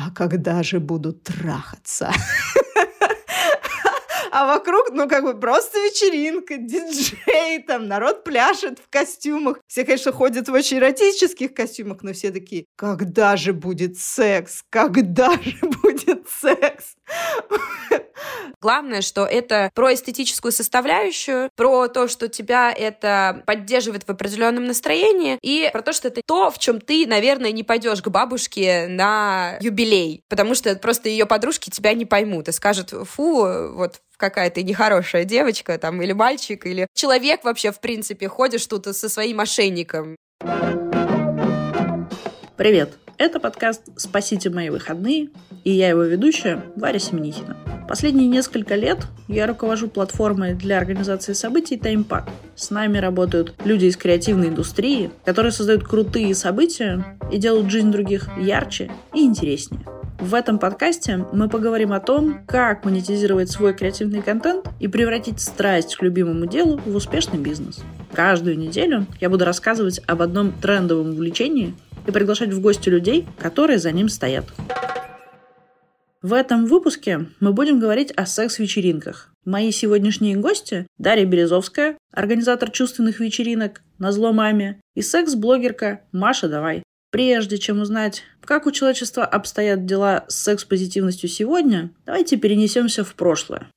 а когда же будут трахаться? А вокруг, просто вечеринка, диджей, там народ пляшет в костюмах. Все, конечно, ходят в очень эротических костюмах, но все такие: когда же будет секс? Когда же будет секс? Главное, что это про эстетическую составляющую, про то, что тебя это поддерживает в определенном настроении, и про то, что это то, в чем ты, наверное, не пойдешь к бабушке на юбилей, потому что просто ее подружки тебя не поймут и скажут: фу, вот какая ты нехорошая девочка там, или мальчик, или человек вообще, в принципе, ходишь тут со своим мошенником. Привет! Это подкаст «Спасите мои выходные», и я его ведущая Варя Семенихина. Последние несколько лет я руковожу платформой для организации событий TimePad. С нами работают люди из креативной индустрии, которые создают крутые события и делают жизнь других ярче и интереснее. В этом подкасте мы поговорим о том, как монетизировать свой креативный контент и превратить страсть к любимому делу в успешный бизнес. Каждую неделю я буду рассказывать об одном трендовом увлечении и приглашать в гости людей, которые за ним стоят. В этом выпуске мы будем говорить о секс-вечеринках. Мои сегодняшние гости – Дарья Березовская, организатор чувственных вечеринок «Назло маме», и секс-блогерка Маша Давай. Прежде чем узнать, как у человечества обстоят дела с секс-позитивностью сегодня, давайте перенесемся в прошлое.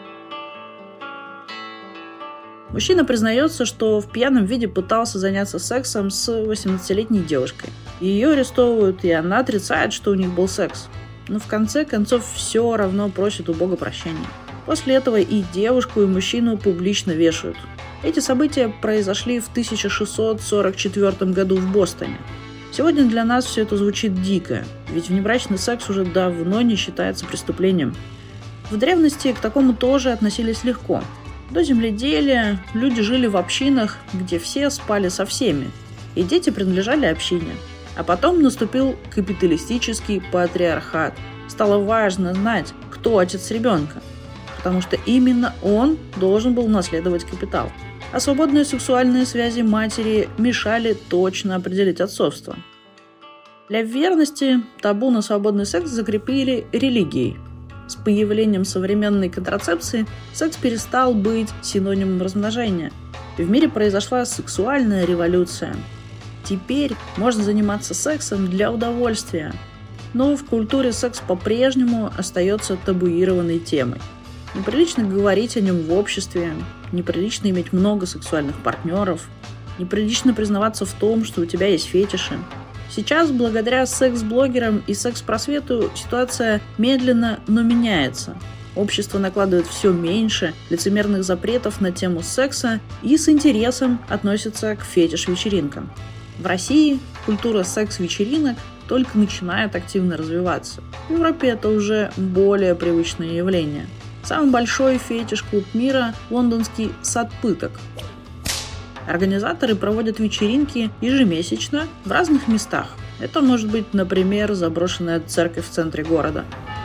Мужчина признается, что в пьяном виде пытался заняться сексом с 18-летней девушкой. Ее арестовывают, и она отрицает, что у них был секс. Но в конце концов все равно просит у Бога прощения. После этого и девушку, и мужчину публично вешают. Эти события произошли в 1644 году в Бостоне. Сегодня для нас все это звучит дико, ведь внебрачный секс уже давно не считается преступлением. В древности к такому тоже относились легко. До земледелия люди жили в общинах, где все спали со всеми, и дети принадлежали общине. А потом наступил капиталистический патриархат. Стало важно знать, кто отец ребенка, потому что именно он должен был наследовать капитал. А свободные сексуальные связи матери мешали точно определить отцовство. Для верности табу на свободный секс закрепили религией. С появлением современной контрацепции секс перестал быть синонимом размножения. В мире произошла сексуальная революция. Теперь можно заниматься сексом для удовольствия. Но в культуре секс по-прежнему остается табуированной темой. Неприлично говорить о нем в обществе, неприлично иметь много сексуальных партнеров, неприлично признаваться в том, что у тебя есть фетиши. Сейчас, благодаря секс-блогерам и секс-просвету, ситуация медленно, но меняется. Общество накладывает все меньше лицемерных запретов на тему секса и с интересом относится к фетиш-вечеринкам. В России культура секс-вечеринок только начинает активно развиваться. В Европе это уже более привычное явление. Самый большой фетиш-клуб мира – лондонский «Сад пыток». Организаторы проводят вечеринки ежемесячно в разных местах. Это может быть, например, заброшенная церковь в центре города.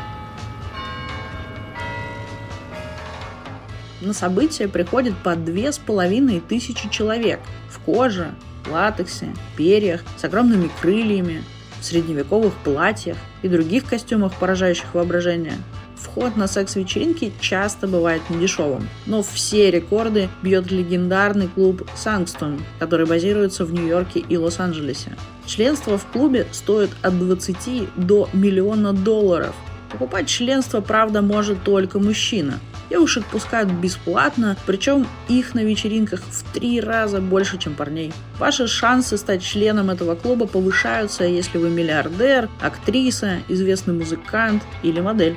На события приходит по 2500 человек в коже, латексе, перьях, с огромными крыльями, в средневековых платьях и других костюмах, поражающих воображение. Вход на секс-вечеринки часто бывает недешевым, но все рекорды бьет легендарный клуб Sanctum, который базируется в Нью-Йорке и Лос-Анджелесе. Членство в клубе стоит от 20 до $1 миллиона. Покупать членство, правда, может только мужчина. Девушек пускают бесплатно, причем их на вечеринках в 3 раза больше, чем парней. Ваши шансы стать членом этого клуба повышаются, если вы миллиардер, актриса, известный музыкант или модель.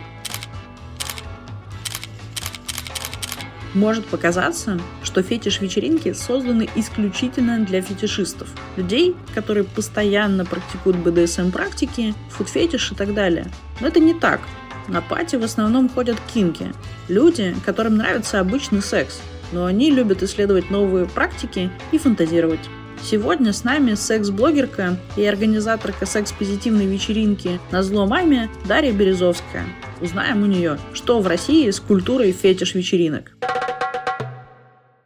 Может показаться, что фетиш-вечеринки созданы исключительно для фетишистов, людей, которые постоянно практикуют БДСМ-практики, фуд-фетиш и так далее. Но это не так. На пати в основном ходят кинки, люди, которым нравится обычный секс, но они любят исследовать новые практики и фантазировать. Сегодня с нами секс-блогерка и организаторка секс-позитивной вечеринки «Назло маме» Дарья Березовская. Узнаем у нее, что в России с культурой фетиш-вечеринок.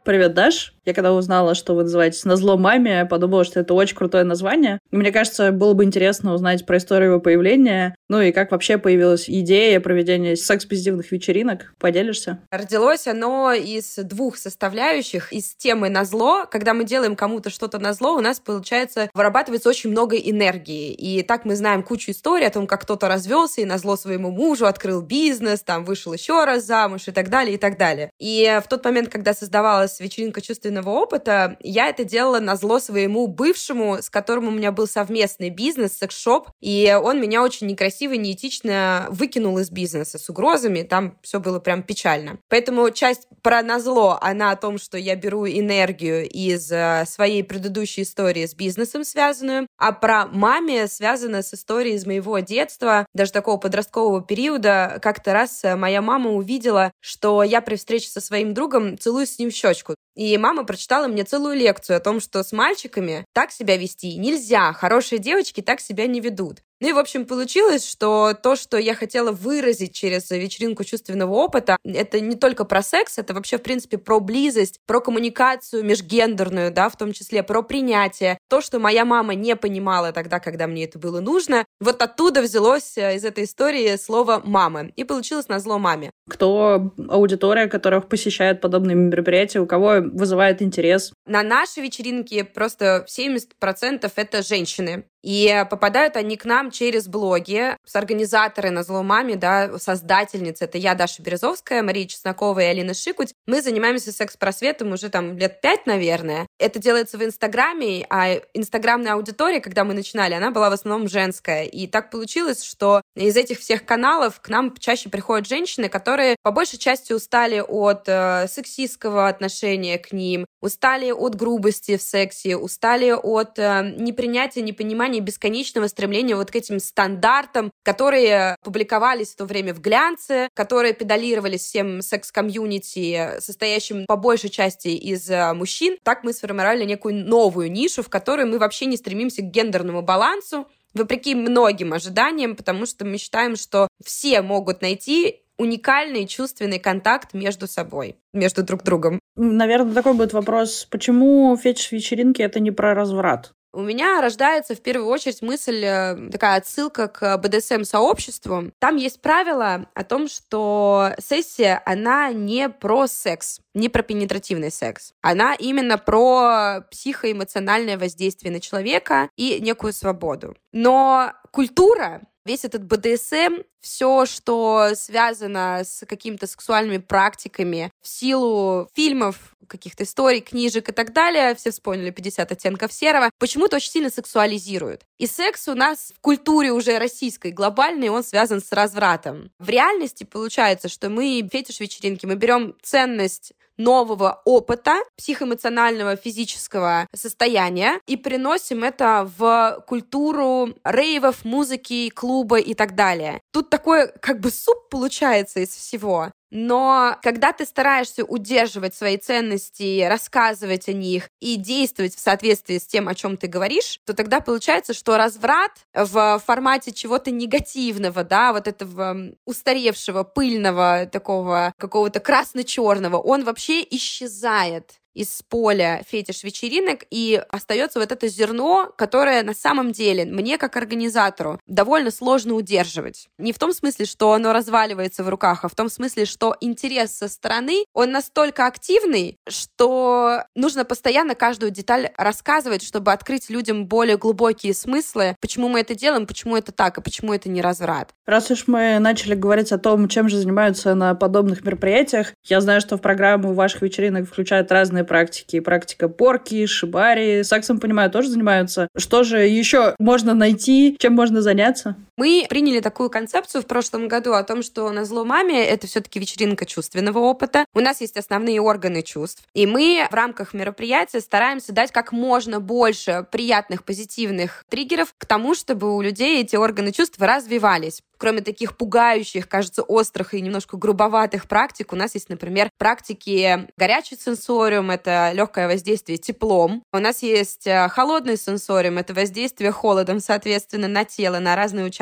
Привет, Даш. Я когда узнала, что вы называетесь «Назло маме», подумала, что это очень крутое название. И мне кажется, было бы интересно узнать про историю его появления, ну и как вообще появилась идея проведения секс-позитивных вечеринок. Поделишься? Родилось оно из двух составляющих. Из темы назло. Когда мы делаем кому-то что-то назло, у нас, получается, вырабатывается очень много энергии. И так мы знаем кучу историй о том, как кто-то развелся и назло своему мужу открыл бизнес, там вышел еще раз замуж и так далее, и так далее. И в тот момент, когда создавалась вечеринка чувственного опыта, я это делала назло своему бывшему, с которым у меня был совместный бизнес, секс-шоп, и он меня очень некрасиво, неэтично выкинул из бизнеса с угрозами, там все было прям печально. Поэтому часть про назло, она о том, что я беру энергию из своей предыдущей истории с бизнесом связанную, а про маме связано с историей из моего детства, даже такого подросткового периода. Как-то раз моя мама увидела, что я при встрече со своим другом целуюсь с ним в щечку. И мама прочитала мне целую лекцию о том, что с мальчиками так себя вести нельзя, хорошие девочки так себя не ведут. Ну и, в общем, получилось, что то, что я хотела выразить через вечеринку чувственного опыта, это не только про секс, это вообще, в принципе, про близость, про коммуникацию межгендерную, да, в том числе про принятие. То, что моя мама не понимала тогда, когда мне это было нужно, вот оттуда взялось из этой истории слово «мамы». И получилось назло маме. Кто аудитория, которая посещает подобные мероприятия, у кого вызывает интерес? На наши вечеринки просто 70% это женщины. И попадают они к нам через блоги. Организаторы «Назло маме», да, создательницы, это я, Даша Березовская, Мария Чеснокова и Алина Шикуть. Мы занимаемся секс-просветом уже там лет 5, наверное. Это делается в Инстаграме, а инстаграмная аудитория, когда мы начинали, она была в основном женская. И так получилось, что из этих всех каналов к нам чаще приходят женщины, которые по большей части устали от сексистского отношения к ним, устали от грубости в сексе, устали от непринятия, непонимания, бесконечного стремления вот к этим стандартам, которые публиковались в то время в глянце, которые педалировались всем секс-комьюнити, состоящим по большей части из мужчин. Так мы сформировали некую новую нишу, в которой мы вообще не стремимся к гендерному балансу, вопреки многим ожиданиям, потому что мы считаем, что все могут найти уникальный чувственный контакт между собой, между друг другом. Наверное, такой будет вопрос, почему фетиш-вечеринки — это не про разврат? У меня рождается в первую очередь мысль, такая отсылка к БДСМ-сообществу. Там есть правило о том, что сессия, она не про секс, не про пенетративный секс. Она именно про психоэмоциональное воздействие на человека и некую свободу. Но культура, весь этот БДСМ, все, что связано с какими-то сексуальными практиками, в силу фильмов, каких-то историй, книжек и так далее, все вспомнили 50 оттенков серого, почему-то очень сильно сексуализируют. И секс у нас в культуре уже российской, глобальной, он связан с развратом. В реальности получается, что мы фетиш-вечеринки, мы берем ценность нового опыта, психоэмоционального, физического состояния и приносим это в культуру рейвов, музыки, клуба и так далее. Тут такой как бы суп получается из всего. Но когда ты стараешься удерживать свои ценности, рассказывать о них и действовать в соответствии с тем, о чем ты говоришь, то тогда получается, что разврат в формате чего-то негативного, да, вот этого устаревшего, пыльного, такого какого-то красно-черного, он вообще исчезает из поля фетиш-вечеринок, и остается вот это зерно, которое на самом деле мне, как организатору, довольно сложно удерживать. Не в том смысле, что оно разваливается в руках, а в том смысле, что интерес со стороны, он настолько активный, что нужно постоянно каждую деталь рассказывать, чтобы открыть людям более глубокие смыслы, почему мы это делаем, почему это так, и почему это не разврат. Раз уж мы начали говорить о том, чем же занимаются на подобных мероприятиях, я знаю, что в программу ваших вечеринок включают разные практики. Практика порки, шибари, сексом, понимаю, тоже занимаются. Что же еще можно найти, чем можно заняться? Мы приняли такую концепцию в прошлом году о том, что «Назло маме» — это все-таки вечеринка чувственного опыта. У нас есть основные органы чувств. И мы в рамках мероприятия стараемся дать как можно больше приятных, позитивных триггеров к тому, чтобы у людей эти органы чувств развивались. Кроме таких пугающих, кажется, острых и немножко грубоватых практик, у нас есть, например, практики горячий сенсориум, это легкое воздействие теплом. У нас есть холодный сенсориум, это воздействие холодом, соответственно, на тело, на разные участки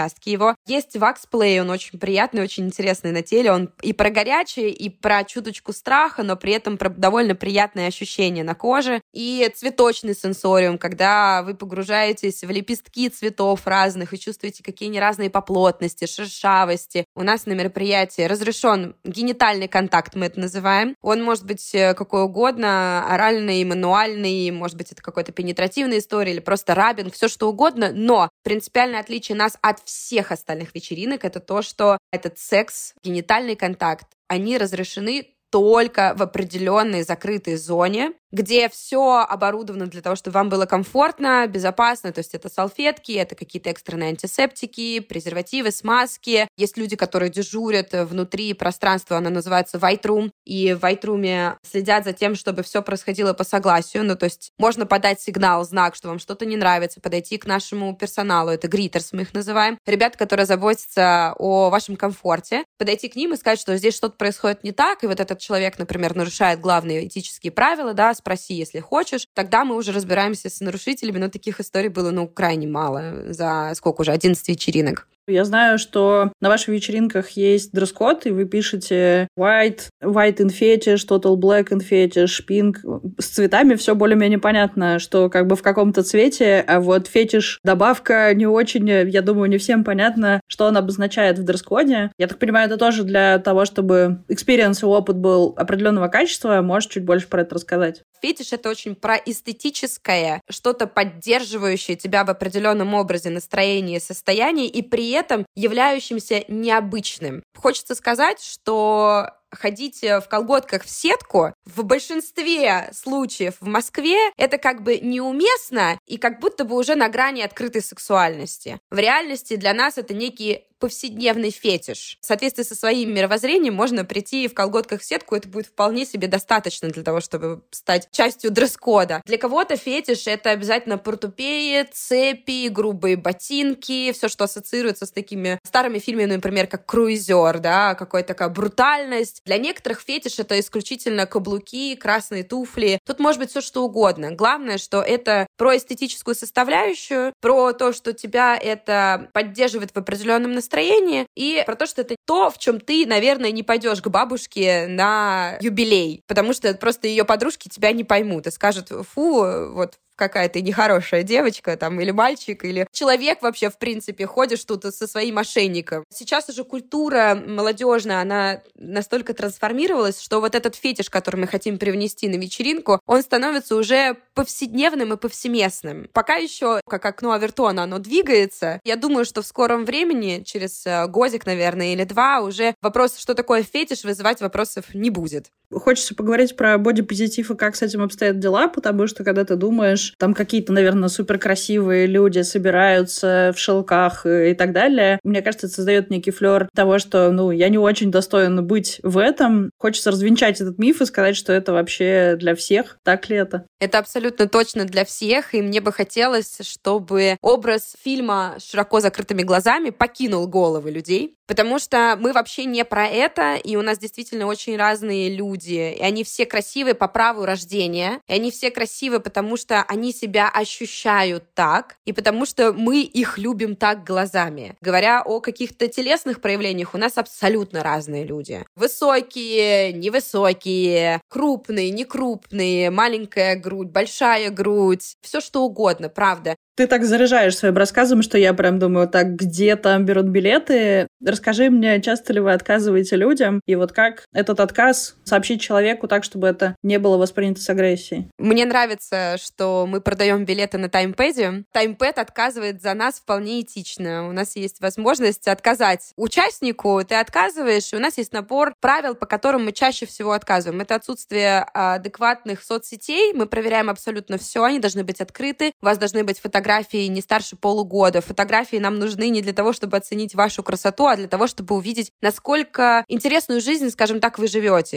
участки его. Есть вакс-плей, он очень приятный, очень интересный на теле. Он и про горячее, и про чуточку страха, но при этом про довольно приятные ощущения на коже. И цветочный сенсориум, когда вы погружаетесь в лепестки цветов разных и чувствуете, какие они разные по плотности, шершавости. У нас на мероприятии разрешен генитальный контакт, мы это называем. Он может быть какой угодно, оральный, мануальный, может быть, это какой-то пенетративная история или просто раббинг, все что угодно, но принципиальное отличие нас от всех остальных вечеринок — это то, что этот секс, генитальный контакт, они разрешены только в определенной закрытой зоне, где все оборудовано для того, чтобы вам было комфортно, безопасно. То есть это салфетки, это какие-то экстренные антисептики, презервативы, смазки. Есть люди, которые дежурят внутри пространства, оно называется white room, и в white room следят за тем, чтобы все происходило по согласию. Ну, то есть можно подать сигнал, знак, что вам что-то не нравится, подойти к нашему персоналу, это гритерс мы их называем, ребята, которые заботятся о вашем комфорте, подойти к ним и сказать, что здесь что-то происходит не так, и вот этот человек, например, нарушает главные этические правила, да, спроси, если хочешь. Тогда мы уже разбираемся с нарушителями, но таких историй было, крайне мало за сколько уже, 11 вечеринок. Я знаю, что на ваших вечеринках есть дресс-код, и вы пишете white in fetish, total black in fetish, pink. С цветами все более-менее понятно, что как бы в каком-то цвете, а вот фетиш добавка не очень, я думаю, не всем понятно, что он обозначает в дресс-коде. Я так понимаю, это тоже для того, чтобы experience и опыт был определенного качества. Можешь чуть больше про это рассказать? Фетиш — это очень про эстетическое, что-то поддерживающее тебя в определенном образе, настроении, состоянии, и при этом являющимся необычным. Хочется сказать, что ходить в колготках в сетку в большинстве случаев в Москве это как бы неуместно и как будто бы уже на грани открытой сексуальности. В реальности для нас это некий повседневный фетиш. В соответствии со своим мировоззрением можно прийти в колготках в сетку, это будет вполне себе достаточно для того, чтобы стать частью дресс-кода. Для кого-то фетиш — это обязательно портупеи, цепи, грубые ботинки, все, что ассоциируется с такими старыми фильмами, например, как «Круизер», да, какая-то такая брутальность. Для некоторых фетиш — это исключительно каблуки, красные туфли. Тут может быть все что угодно. Главное, что это про эстетическую составляющую, про то, что тебя это поддерживает в определенном настроении, и про то, что это то, в чем ты, наверное, не пойдешь к бабушке на юбилей, потому что просто ее подружки тебя не поймут и скажут: фу, вот какая ты нехорошая девочка там, или мальчик, или человек вообще, в принципе, ходишь тут со своим мошенником. Сейчас уже культура молодежная, она настолько трансформировалась, что вот этот фетиш, который мы хотим привнести на вечеринку, он становится уже повседневным и повсеместным. Пока еще, как окно Авертона, оно двигается. Я думаю, что в скором времени, через годик, наверное, или два, уже вопрос, что такое фетиш, вызывать вопросов не будет. Хочется поговорить про бодипозитив и как с этим обстоят дела, потому что, когда ты думаешь, там какие-то, наверное, суперкрасивые люди собираются в шелках и так далее, мне кажется, это создает некий флёр того, что, я не очень достоин быть в этом. Хочется развенчать этот миф и сказать, что это вообще для всех. Так ли это? Это абсолютно точно для всех, и мне бы хотелось, чтобы образ фильма с широко закрытыми глазами покинул головы людей, потому что мы вообще не про это, и у нас действительно очень разные люди, и они все красивые по праву рождения, и они все красивые, потому что они себя ощущают так, и потому что мы их любим так глазами. Говоря о каких-то телесных проявлениях, у нас абсолютно разные люди. Высокие, невысокие, крупные, некрупные, маленькая грудь, большая грудь, все что угодно, правда. Ты так заряжаешь своим рассказом, что я прям думаю, так, где там берут билеты? Расскажи мне, часто ли вы отказываете людям? И вот как этот отказ сообщить человеку так, чтобы это не было воспринято с агрессией? Мне нравится, что мы продаем билеты на таймпэде. Таймпэд отказывает за нас вполне этично. У нас есть возможность отказать участнику, ты отказываешь, и у нас есть набор правил, по которым мы чаще всего отказываем. Это отсутствие адекватных соцсетей. Мы проверяем абсолютно все, они должны быть открыты. У вас должны быть фотографии не старше полугода. Фотографии нам нужны не для того, чтобы оценить вашу красоту, а для того, чтобы увидеть, насколько интересную жизнь, скажем так, вы живете. Потому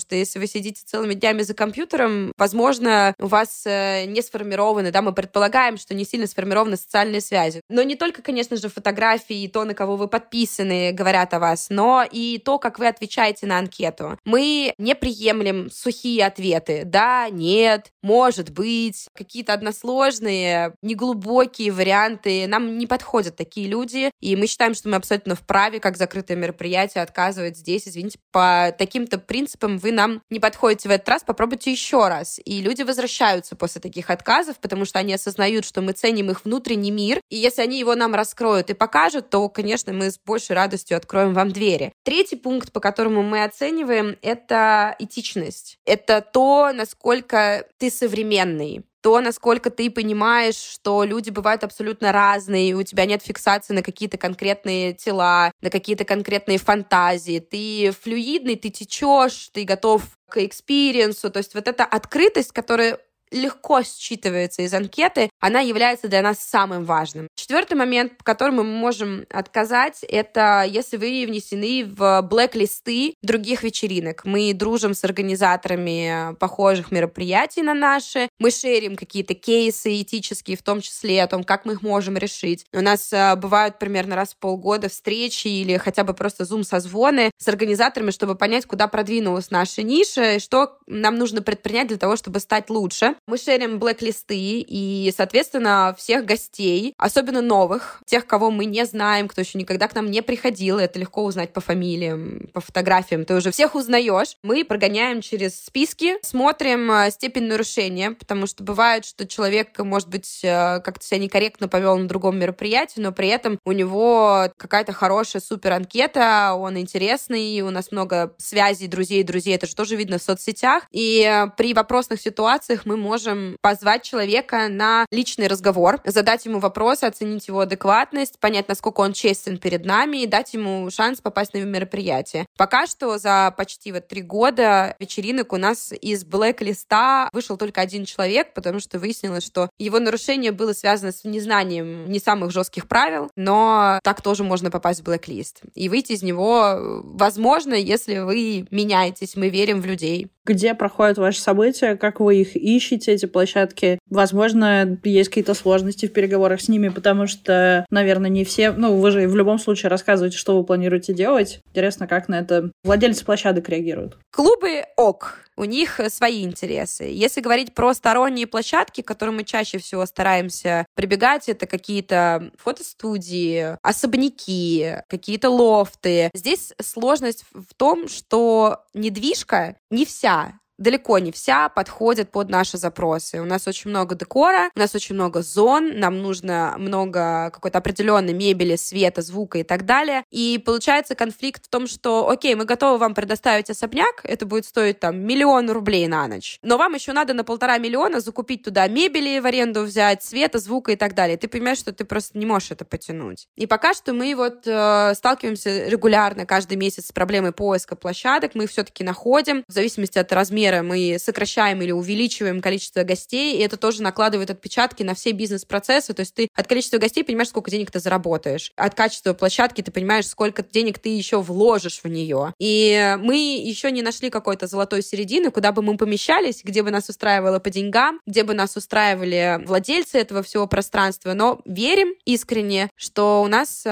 что если вы сидите целыми днями за компьютером, возможно, у вас не сформированы, да, мы предполагаем, что не сильно сформированы социальные связи. Но не только, конечно же, фотографии и то, на кого вы подписаны, говорят о вас, но и то, как вы отвечаете на анкету. Мы не приемлем сухие ответы. Да, нет, может быть, какие-то односложные, неглубокие варианты. Нам не подходят такие люди, и мы считаем, что мы абсолютно вправе, как закрытое мероприятие, отказывать здесь. Извините, по таким-то принципам вы нам не подходите в этот раз, попробуйте еще раз. И люди возвращаются после таких отказов, потому что они осознают, что мы ценим их внутренний мир, и если они его нам раскроют и покажут, то, конечно, мы с большей радостью откроем вам двери. Третий пункт, по которому мы оцениваем, это этичность. Это то, насколько ты современный, то, насколько ты понимаешь, что люди бывают абсолютно разные, у тебя нет фиксации на какие-то конкретные тела, на какие-то конкретные фантазии. Ты флюидный, ты течешь, ты готов к экспириенсу. То есть вот эта открытость, которая легко считывается из анкеты, она является для нас самым важным. Четвертый момент, по которому мы можем отказать, это если вы внесены в блэк-листы других вечеринок. Мы дружим с организаторами похожих мероприятий на наши, мы шерим какие-то кейсы этические, в том числе о том, как мы их можем решить. У нас бывают примерно раз в полгода встречи или хотя бы просто зум-созвоны с организаторами, чтобы понять, куда продвинулась наша ниша и что нам нужно предпринять для того, чтобы стать лучше. Мы шерим блэк-листы и, соответственно, всех гостей, особенно новых, тех, кого мы не знаем, кто еще никогда к нам не приходил, это легко узнать по фамилиям, по фотографиям, ты уже всех узнаешь. Мы прогоняем через списки, смотрим степень нарушения, потому что бывает, что человек, может быть, как-то себя некорректно повел на другом мероприятии, но при этом у него какая-то хорошая супер-анкета, он интересный, у нас много связей, друзей, это же тоже видно в соцсетях, и при вопросных ситуациях мы можем позвать человека на личный разговор, задать ему вопросы, оценить его адекватность, понять, насколько он честен перед нами и дать ему шанс попасть на мероприятие. Пока что за почти 3 года вечеринок у нас из блэк-листа вышел только один человек, потому что выяснилось, что его нарушение было связано с незнанием не самых жестких правил, но так тоже можно попасть в блэк-лист. И выйти из него возможно, если вы меняетесь, мы верим в людей. Где проходят ваши события, как вы их ищете, эти площадки? Возможно, есть какие-то сложности в переговорах с ними, потому что, наверное, не все... вы же в любом случае рассказываете, что вы планируете делать. Интересно, как на это владельцы площадок реагируют. Клубы ок. У них свои интересы. Если говорить про сторонние площадки, к которым мы чаще всего стараемся прибегать, это какие-то фотостудии, особняки, какие-то лофты. Здесь сложность в том, что недвижка не вся, далеко не вся подходит под наши запросы. У нас очень много декора, у нас очень много зон, нам нужно много какой-то определенной мебели, света, звука и так далее. И получается конфликт в том, что, окей, мы готовы вам предоставить особняк, это будет стоить 1 000 000 рублей на ночь, но вам еще надо на 1,5 миллиона закупить туда мебели в аренду взять, света, звука и так далее. Ты понимаешь, что ты просто не можешь это потянуть. И пока что мы сталкиваемся регулярно каждый месяц с проблемой поиска площадок, мы их все-таки находим, в зависимости от размера мы сокращаем или увеличиваем количество гостей, и это тоже накладывает отпечатки на все бизнес-процессы. То есть ты от количества гостей понимаешь, сколько денег ты заработаешь. От качества площадки ты понимаешь, сколько денег ты еще вложишь в нее. И мы еще не нашли какой-то золотой середины, куда бы мы помещались, где бы нас устраивало по деньгам, где бы нас устраивали владельцы этого всего пространства. Но верим искренне, что у нас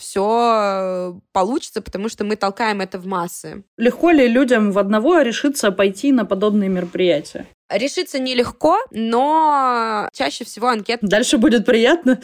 все получится, потому что мы толкаем это в массы. Легко ли людям в одного решиться пойти на подобные мероприятия? Решиться нелегко, но чаще всего анкета... Дальше будет приятно.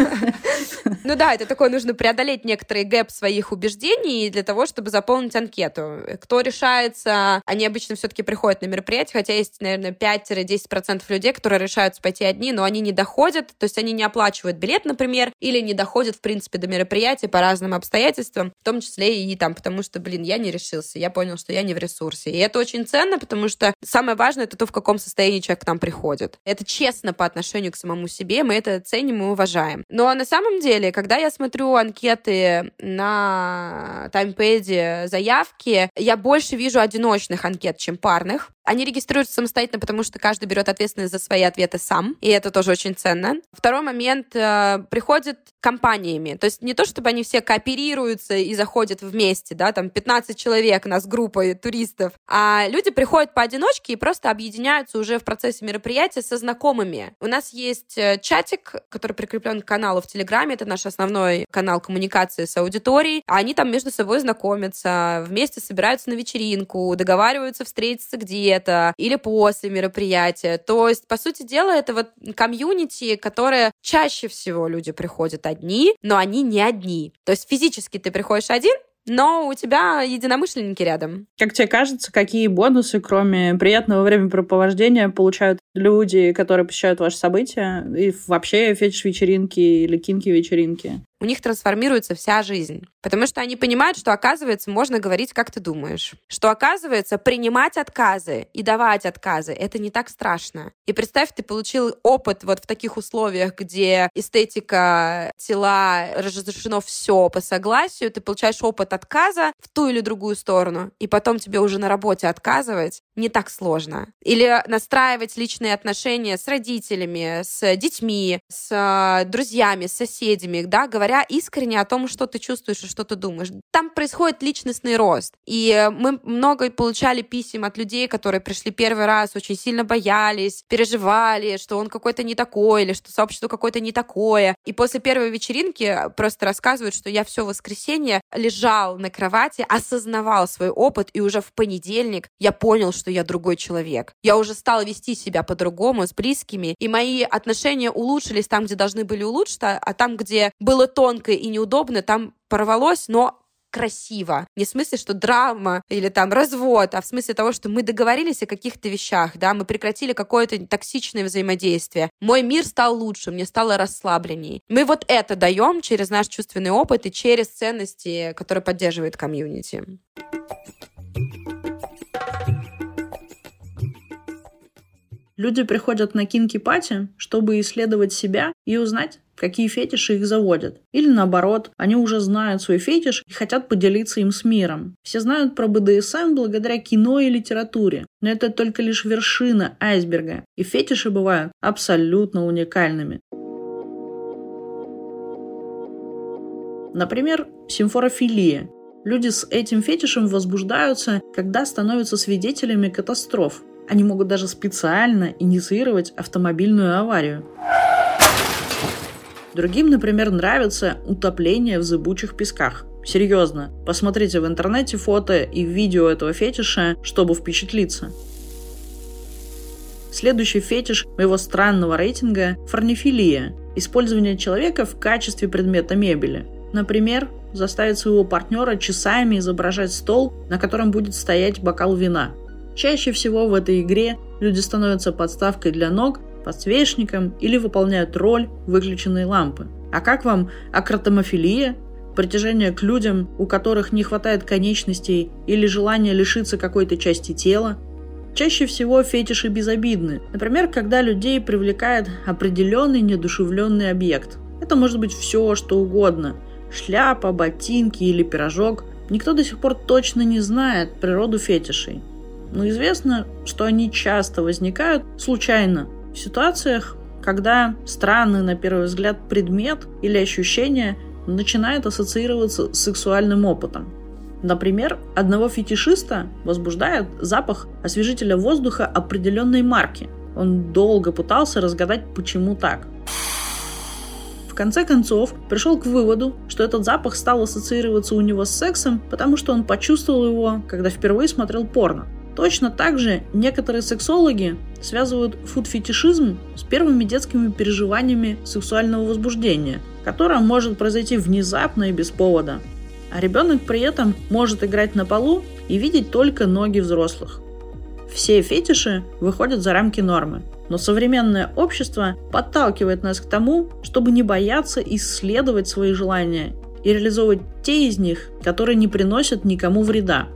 Ну да, это такое, нужно преодолеть некоторый гэп своих убеждений для того, чтобы заполнить анкету. Кто решается, они обычно все-таки приходят на мероприятие, хотя есть, наверное, 5-10% людей, которые решаются пойти одни, но они не доходят, то есть они не оплачивают билет, например, или не доходят, в принципе, до мероприятия по разным обстоятельствам, в том числе и потому что, я не решился, я понял, что я не в ресурсе. И это очень ценно, потому что самое важное — это то, в каком состоянии человек к нам приходит. Это честно по отношению к самому себе, мы это ценим и уважаем. Но на самом деле, когда я смотрю анкеты на таймпэде заявки, я больше вижу одиночных анкет, чем парных. Они регистрируются самостоятельно, потому что каждый берет ответственность за свои ответы сам, и это тоже очень ценно. Второй момент, приходят компаниями, то есть не то, чтобы они все кооперируются и заходят вместе, да, там 15 человек у нас группа туристов, а люди приходят поодиночке и просто объединяются уже в процессе мероприятия со знакомыми. У нас есть чатик, который прикреплен к каналу в Телеграме, это наш основной канал коммуникации с аудиторией, а они там между собой знакомятся, вместе собираются на вечеринку, договариваются встретиться где-то или после мероприятия. То есть, по сути дела, это вот комьюнити, которое чаще всего люди приходят одни, но они не одни. То есть физически ты приходишь один, но у тебя единомышленники рядом. Как тебе кажется, какие бонусы, кроме приятного времяпрепровождения, получают люди, которые посещают ваши события, и вообще фетиш-вечеринки или кинки-вечеринки? У них трансформируется вся жизнь. Потому что они понимают, что, оказывается, можно говорить, как ты думаешь. Что, оказывается, принимать отказы и давать отказы — это не так страшно. И представь, ты получил опыт вот в таких условиях, где эстетика, тела, разрешено все по согласию, ты получаешь опыт отказа в ту или другую сторону, и потом тебе уже на работе отказывать не так сложно. Или настраивать личные отношения с родителями, с детьми, с друзьями, с соседями, да, говоря искренне о том, что ты чувствуешь и что ты думаешь. Там происходит личностный рост. И мы много получали писем от людей, которые пришли первый раз, очень сильно боялись, переживали, что он какой-то не такой, или что сообщество какое-то не такое. И после первой вечеринки просто рассказывают, что я все воскресенье лежал на кровати, осознавал свой опыт, и уже в понедельник я понял, что я другой человек. Я уже стала вести себя по-другому с близкими, и мои отношения улучшились там, где должны были улучшиться, а там, где было тонко и неудобно, там порвалось, но красиво. Не в смысле, что драма или там развод, а в смысле того, что мы договорились о каких-то вещах, да, мы прекратили какое-то токсичное взаимодействие. Мой мир стал лучше, мне стало расслабленней. Мы вот это даем через наш чувственный опыт и через ценности, которые поддерживает комьюнити. Люди приходят на кинки-пати, чтобы исследовать себя и узнать, какие фетиши их заводят. Или наоборот, они уже знают свой фетиш и хотят поделиться им с миром. Все знают про БДСМ благодаря кино и литературе, но это только лишь вершина айсберга, и фетиши бывают абсолютно уникальными. Например, симфорофилия. Люди с этим фетишем возбуждаются, когда становятся свидетелями катастроф. Они могут даже специально инициировать автомобильную аварию. Другим, например, нравится утопление в зыбучих песках. Серьезно, посмотрите в интернете фото и видео этого фетиша, чтобы впечатлиться. Следующий фетиш моего странного рейтинга – форнифилия. Использование человека в качестве предмета мебели. Например, заставить своего партнера часами изображать стол, на котором будет стоять бокал вина. Чаще всего в этой игре люди становятся подставкой для ног, подсвечником или выполняют роль выключенной лампы. А как вам акротомофилия? Притяжение к людям, у которых не хватает конечностей или желание лишиться какой-то части тела? Чаще всего фетиши безобидны. Например, когда людей привлекает определенный неодушевленный объект. Это может быть все, что угодно. Шляпа, ботинки или пирожок. Никто до сих пор точно не знает природу фетишей. Но известно, что они часто возникают случайно в ситуациях, когда странный на первый взгляд предмет или ощущение начинает ассоциироваться с сексуальным опытом. Например, одного фетишиста возбуждает запах освежителя воздуха определенной марки. Он долго пытался разгадать, почему так. В конце концов, пришел к выводу, что этот запах стал ассоциироваться у него с сексом, потому что он почувствовал его, когда впервые смотрел порно. Точно так же некоторые сексологи связывают фуд-фетишизм с первыми детскими переживаниями сексуального возбуждения, которое может произойти внезапно и без повода. А ребенок при этом может играть на полу и видеть только ноги взрослых. Все фетиши выходят за рамки нормы, но современное общество подталкивает нас к тому, чтобы не бояться исследовать свои желания и реализовывать те из них, которые не приносят никому вреда.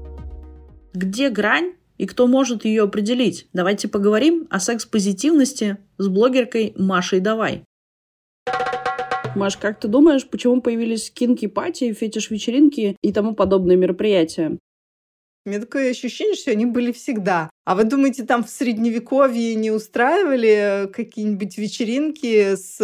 Где грань и кто может ее определить? Давайте поговорим о секс-позитивности с блогеркой Машей Давай. Маш, как ты думаешь, почему появились кинки-пати, фетиш-вечеринки и тому подобные мероприятия? У меня такое ощущение, что они были всегда. А вы думаете, там в Средневековье не устраивали какие-нибудь вечеринки с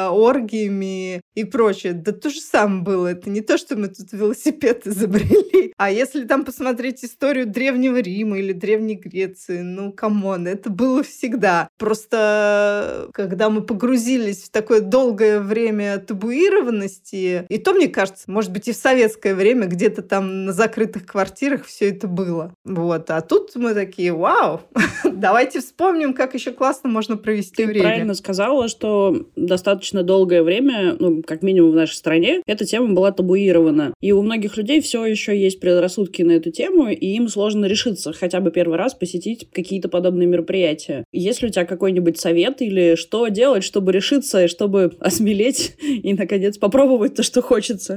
оргиями и прочее? Да то же самое было. Это не то, что мы тут велосипед изобрели. А если там посмотреть историю Древнего Рима или Древней Греции, ну, камон, это было всегда. Просто когда мы погрузились в такое долгое время табуированности, и то, мне кажется, может быть, и в советское время где-то там на закрытых квартирах все это было. Вот. А тут мы такие: вау, давайте вспомним, как еще классно можно провести время. Ты правильно сказала, что достаточно долгое время, ну, как минимум в нашей стране, эта тема была табуирована. И у многих людей все еще есть предрассудки на эту тему, и им сложно решиться хотя бы первый раз посетить какие-то подобные мероприятия. Есть ли у тебя какой-нибудь совет или что делать, чтобы решиться, и чтобы осмелеть и, наконец, попробовать то, что хочется?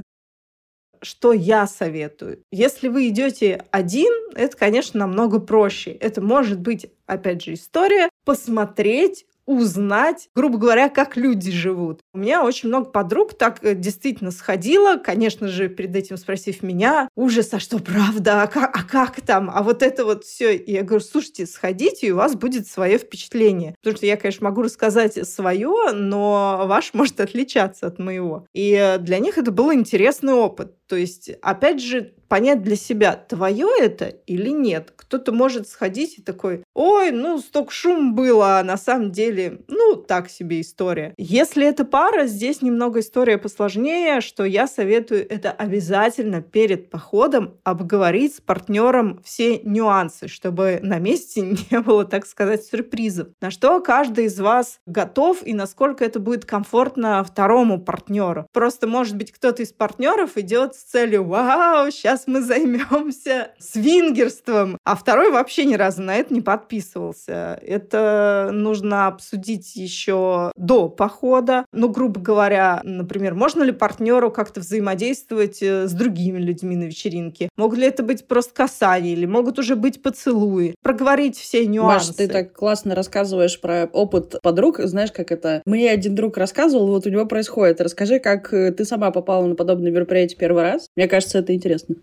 Что я советую? Если вы идете один, это, конечно, намного проще. Это может быть, опять же, история посмотреть, узнать, грубо говоря, как люди живут. У меня очень много подруг так действительно сходило, конечно же, перед этим спросив меня: ужас, а что, правда, а как там, а вот это вот все. И я говорю: слушайте, сходите, и у вас будет свое впечатление. Потому что я, конечно, могу рассказать свое, но ваш может отличаться от моего. И для них это был интересный опыт. То есть, опять же, понять для себя, твое это или нет. Кто-то может сходить и такой: ой, ну, столько шум было, а на самом деле, ну, так себе история. Если это пара, здесь немного история посложнее, что я советую это обязательно перед походом обговорить с партнером все нюансы, чтобы на месте не было, так сказать, сюрпризов. На что каждый из вас готов и насколько это будет комфортно второму партнеру. Просто, может быть, кто-то из партнеров идет с целью: вау, сейчас мы займемся свингерством, а второй вообще ни разу на это не подписывался. Это нужно обсудить еще до похода. Ну, грубо говоря, например, можно ли партнеру как-то взаимодействовать с другими людьми на вечеринке? Могут ли это быть просто касания или могут уже быть поцелуи? Проговорить все нюансы. Маш, ты так классно рассказываешь про опыт подруг. Знаешь, как это? Мне один друг рассказывал, вот у него происходит. Расскажи, как ты сама попала на подобное мероприятие первый раз. Мне кажется, это интересно.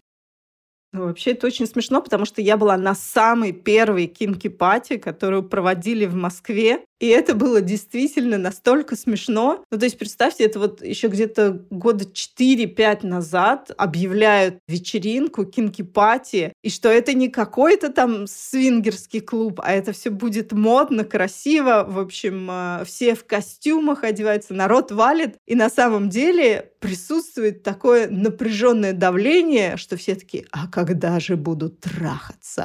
Ну, вообще, это очень смешно, потому что я была на самой первой кинки-пати, которую проводили в Москве. И это было действительно настолько смешно. Ну, то есть, представьте, это вот еще где-то года 4-5 назад объявляют вечеринку, кинки-пати, и что это не какой-то там свингерский клуб, а это все будет модно, красиво. В общем, все в костюмах одеваются, народ валит. И на самом деле присутствует такое напряженное давление, что все такие: а когда же будут трахаться?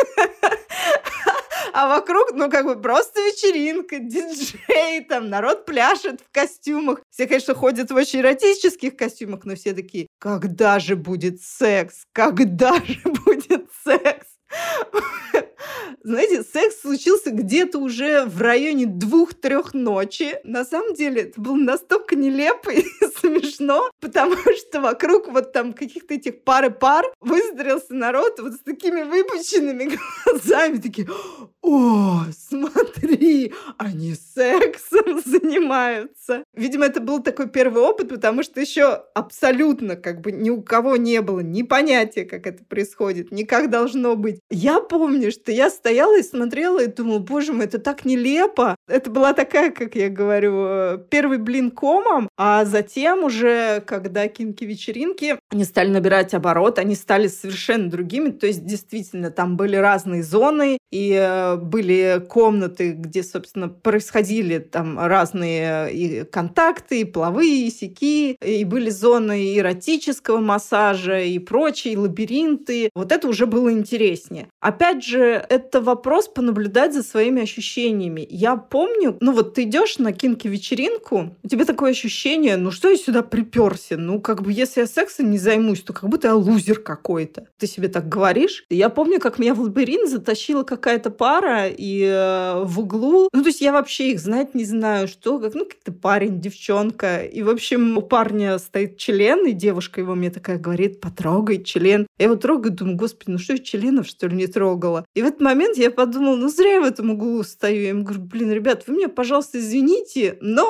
А вокруг, ну, как бы просто вечеринка, диджей, там, народ пляшет в костюмах. Все, конечно, ходят в очень эротических костюмах, но все такие: когда же будет секс? Когда же будет секс? Знаете, секс случился где-то уже в районе 2-3 ночи. На самом деле это было настолько нелепо и смешно, потому что вокруг вот там каких-то этих пар выстроился народ вот с такими выпученными глазами. Такие: о, смотри, они сексом занимаются. Видимо, это был такой первый опыт, потому что еще абсолютно как бы ни у кого не было ни понятия, как это происходит, ни как должно быть. Я помню, что я стояла и смотрела и думала: боже мой, это так нелепо. Это была такая, как я говорю, первый блин комом, а затем уже, когда кинки-вечеринки, они стали набирать оборот, они стали совершенно другими, то есть действительно там были разные зоны, и были комнаты, где, собственно, происходили там разные и контакты, и половые, и сяки, и были зоны эротического массажа, и прочие, и лабиринты. Вот это уже было интереснее. Опять же, это вопрос понаблюдать за своими ощущениями. Я помню, ну вот ты идешь на кинки-вечеринку, у тебя такое ощущение: ну что я сюда приперся? Ну как бы если я сексом не займусь, то как будто я лузер какой-то. Ты себе так говоришь. Я помню, как меня в лабиринт затащила какая-то пара, и в углу, ну то есть я вообще их знать не знаю, что, как, ну как-то парень, девчонка. И в общем у парня стоит член, и девушка его мне такая говорит: потрогай член. Я его трогаю, думаю: господи, ну что я членов что ли не трогала? И в этот момент я подумала: ну зря я в этом углу стою. Я ему говорю: блин, ребят, вы меня, пожалуйста, извините, но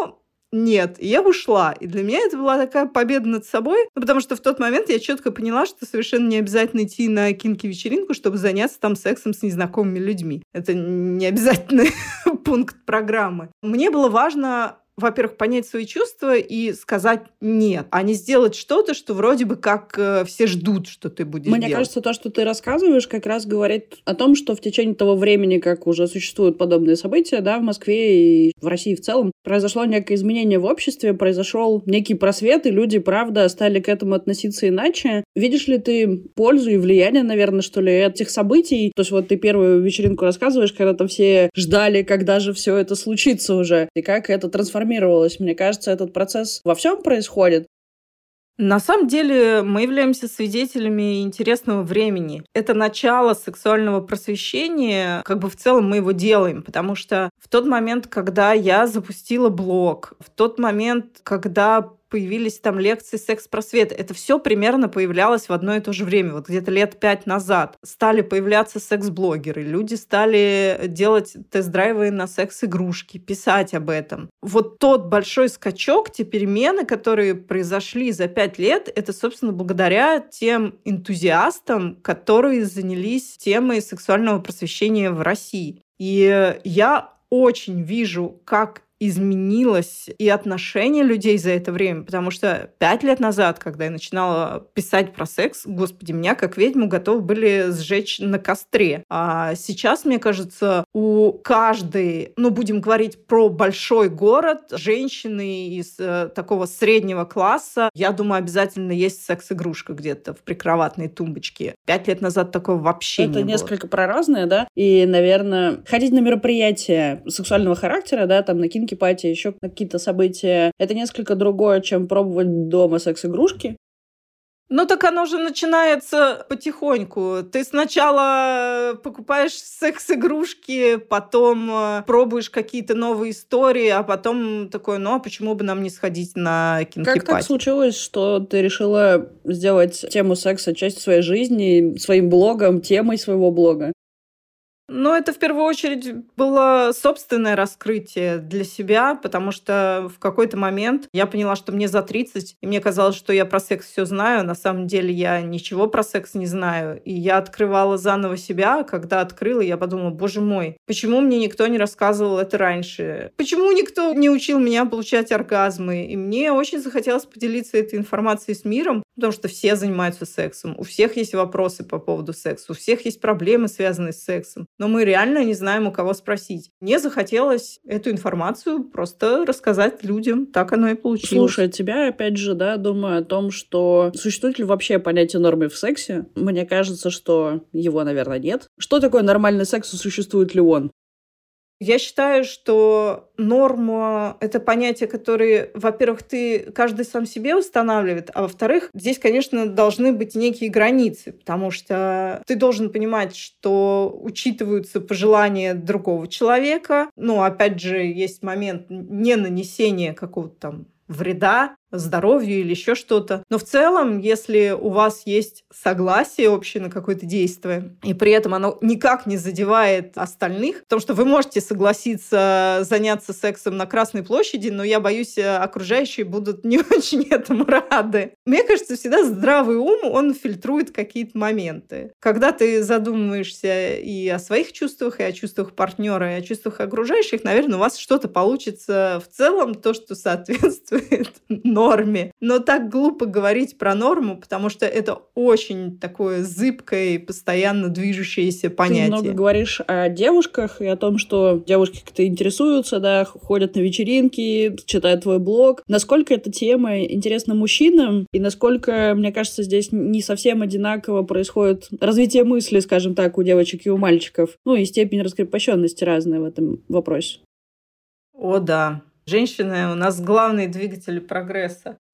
нет. И я ушла. И для меня это была такая победа над собой, потому что в тот момент я четко поняла, что совершенно не обязательно идти на кинки-вечеринку, чтобы заняться там сексом с незнакомыми людьми. Это не обязательный пункт программы. Мне было важно, во-первых, понять свои чувства и сказать «нет», а не сделать что-то, что вроде бы как все ждут, что ты будешь делать. Мне кажется, то, что ты рассказываешь, как раз говорит о том, что в течение того времени, как уже существуют подобные события, да, в Москве и в России в целом, произошло некое изменение в обществе, произошел некий просвет, и люди, правда, стали к этому относиться иначе. Видишь ли ты пользу и влияние, наверное, что ли, этих событий? То есть вот ты первую вечеринку рассказываешь, когда там все ждали, когда же все это случится уже, и как это трансформировалось. Мне кажется, этот процесс во всем происходит. На самом деле мы являемся свидетелями интересного времени. Это начало сексуального просвещения, как бы в целом мы его делаем, потому что в тот момент, когда я запустила блог, в тот момент, когда появились там лекции секс-просвета. Это все примерно появлялось в одно и то же время. Вот где-то лет 5 назад стали появляться секс-блогеры, люди стали делать тест-драйвы на секс-игрушки, писать об этом. Вот тот большой скачок, те перемены, которые произошли за 5 лет, это, собственно, благодаря тем энтузиастам, которые занялись темой сексуального просвещения в России. И я очень вижу, как изменилось и отношение людей за это время, потому что 5 лет назад, когда я начинала писать про секс, господи, меня как ведьму готовы были сжечь на костре. А сейчас, мне кажется, у каждой, будем говорить про большой город, женщины из такого среднего класса, я думаю, обязательно есть секс-игрушка где-то в прикроватной тумбочке. 5 лет назад такого вообще не было. Это несколько про разное, да? И, наверное, ходить на мероприятия сексуального характера, да, там на кинки-пати, еще какие-то события, это несколько другое, чем пробовать дома секс-игрушки. Так оно же начинается потихоньку. Ты сначала покупаешь секс-игрушки, потом пробуешь какие-то новые истории, а потом такой, а почему бы нам не сходить на кинки-пати? Как так случилось, что ты решила сделать тему секса частью своей жизни, своим блогом, темой своего блога? Это в первую очередь было собственное раскрытие для себя, потому что в какой-то момент я поняла, что мне за 30, и мне казалось, что я про секс все знаю. На самом деле я ничего про секс не знаю. И я открывала заново себя. Когда открыла, я подумала, боже мой, почему мне никто не рассказывал это раньше? Почему никто не учил меня получать оргазмы? И мне очень захотелось поделиться этой информацией с миром, потому что все занимаются сексом. У всех есть вопросы по поводу секса, у всех есть проблемы, связанные с сексом. Но мы реально не знаем, у кого спросить. Мне захотелось эту информацию просто рассказать людям. Так оно и получилось. Слушая тебя, опять же, да, думаю о том, что существует ли вообще понятие нормы в сексе. Мне кажется, что его, наверное, нет. Что такое нормальный секс и существует ли он? Я считаю, что норма — это понятие, которое, во-первых, каждый сам себе устанавливает, а во-вторых, здесь, конечно, должны быть некие границы, потому что ты должен понимать, что учитываются пожелания другого человека. Опять же, есть момент не нанесения какого-то там вреда здоровью или еще что-то. Но в целом, если у вас есть согласие общее на какое-то действие, и при этом оно никак не задевает остальных, потому что вы можете согласиться заняться сексом на Красной площади, но я боюсь, окружающие будут не очень этому рады. Мне кажется, всегда здравый ум, он фильтрует какие-то моменты. Когда ты задумываешься и о своих чувствах, и о чувствах партнера, и о чувствах окружающих, наверное, у вас что-то получится в целом, то, что соответствует норме. Но так глупо говорить про норму, потому что это очень такое зыбкое и постоянно движущееся понятие. Ты много говоришь о девушках и о том, что девушки как-то интересуются, да, ходят на вечеринки, читают твой блог. Насколько эта тема интересна мужчинам и насколько, мне кажется, здесь не совсем одинаково происходит развитие мысли, скажем так, у девочек и у мальчиков. И степень раскрепощенности разная в этом вопросе. О, да. Женщины у нас главные двигатели прогресса.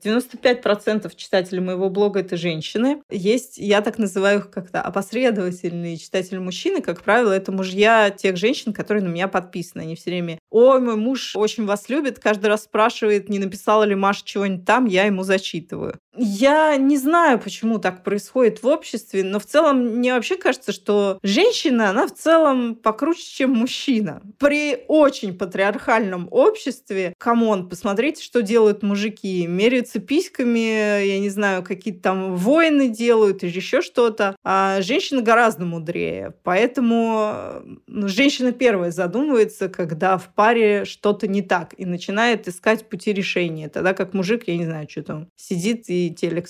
95% читателей моего блога — это женщины. Есть, я так называю их как-то опосредовательные читатели-мужчины. Как правило, это мужья тех женщин, которые на меня подписаны. Они все время: «Ой, мой муж очень вас любит», каждый раз спрашивает, не написала ли Маша чего-нибудь там, я ему зачитываю. Я не знаю, почему так происходит в обществе, но в целом мне вообще кажется, что женщина, она в целом покруче, чем мужчина. При очень патриархальном обществе, камон, посмотрите, что делают мужики. Меряются письками, я не знаю, какие-то там войны делают или еще что-то. А женщина гораздо мудрее. Поэтому женщина первая задумывается, когда в паре что-то не так, и начинает искать пути решения. Тогда как мужик, я не знаю, что там, сидит и телек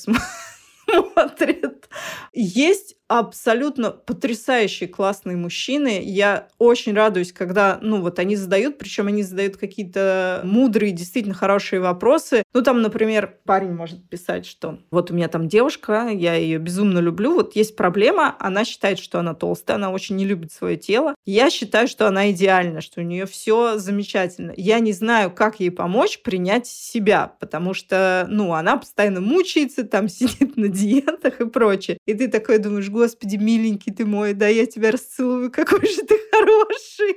смотрит. Есть абсолютно потрясающие классные мужчины. Я очень радуюсь, когда, они задают, причем они задают какие-то мудрые, действительно хорошие вопросы. Там, например, парень может писать, что вот у меня там девушка, я ее безумно люблю, вот есть проблема, она считает, что она толстая, она очень не любит свое тело. Я считаю, что она идеальна, что у нее все замечательно. Я не знаю, как ей помочь принять себя, потому что, она постоянно мучается, там сидит на диетах и прочее. И ты такой думаешь: Господи, миленький ты мой, да, я тебя расцелую, какой же ты хороший.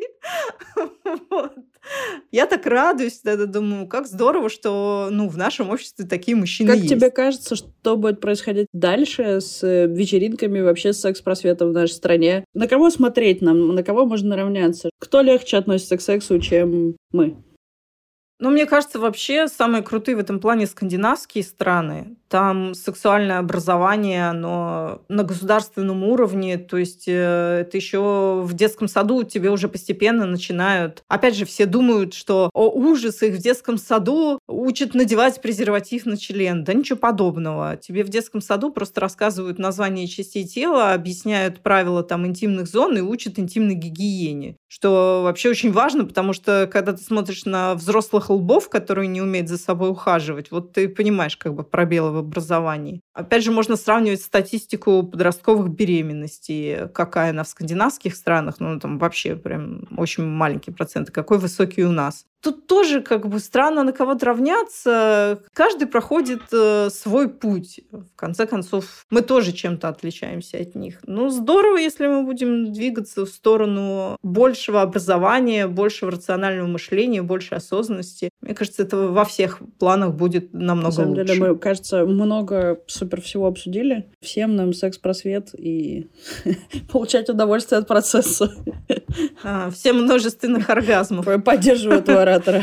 Вот. Я так радуюсь, тогда думаю, как здорово, что в нашем обществе такие мужчины есть. Как тебе кажется, что будет происходить дальше с вечеринками, вообще с секс-просветом в нашей стране? На кого смотреть нам? На кого можно равняться? Кто легче относится к сексу, чем мы? Мне кажется, вообще самые крутые в этом плане скандинавские страны. Там сексуальное образование, оно на государственном уровне, то есть это еще в детском саду тебе уже постепенно начинают. Опять же, все думают, что ужас, их в детском саду учат надевать презерватив на член. Да ничего подобного. Тебе в детском саду просто рассказывают названия частей тела, объясняют правила там интимных зон и учат интимной гигиене. Что вообще очень важно, потому что когда ты смотришь на взрослых лбов, которые не умеют за собой ухаживать, вот ты понимаешь пробелы в образовании. Опять же, можно сравнивать статистику подростковых беременностей, какая она в скандинавских странах, там вообще прям очень маленький процент, какой высокий у нас. Тут тоже странно на кого-то равняться. Каждый проходит свой путь. В конце концов, мы тоже чем-то отличаемся от них. Здорово, если мы будем двигаться в сторону большего образования, большего рационального мышления, большей осознанности. Мне кажется, это во всех планах будет намного лучше. На самом деле, мы, кажется, много супер всего обсудили. Всем нам секс-просвет и получать удовольствие от процесса. Всем множественных оргазмов. Поддерживаю этого оратора.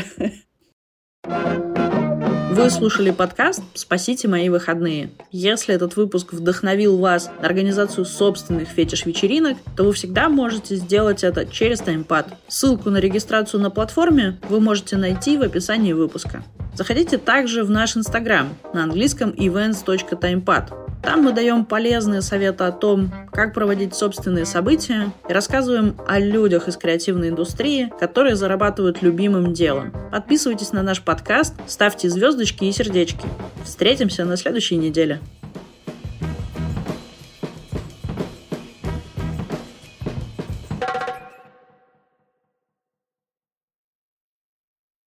Вы слушали подкаст «Спасите мои выходные». Если этот выпуск вдохновил вас на организацию собственных фетиш-вечеринок, то вы всегда можете сделать это через Таймпад. Ссылку на регистрацию на платформе вы можете найти в описании выпуска. Заходите также в наш Инстаграм на английском events.timepad. Там мы даем полезные советы о том, как проводить собственные события и рассказываем о людях из креативной индустрии, которые зарабатывают любимым делом. Подписывайтесь на наш подкаст, ставьте звездочки и сердечки. Встретимся на следующей неделе.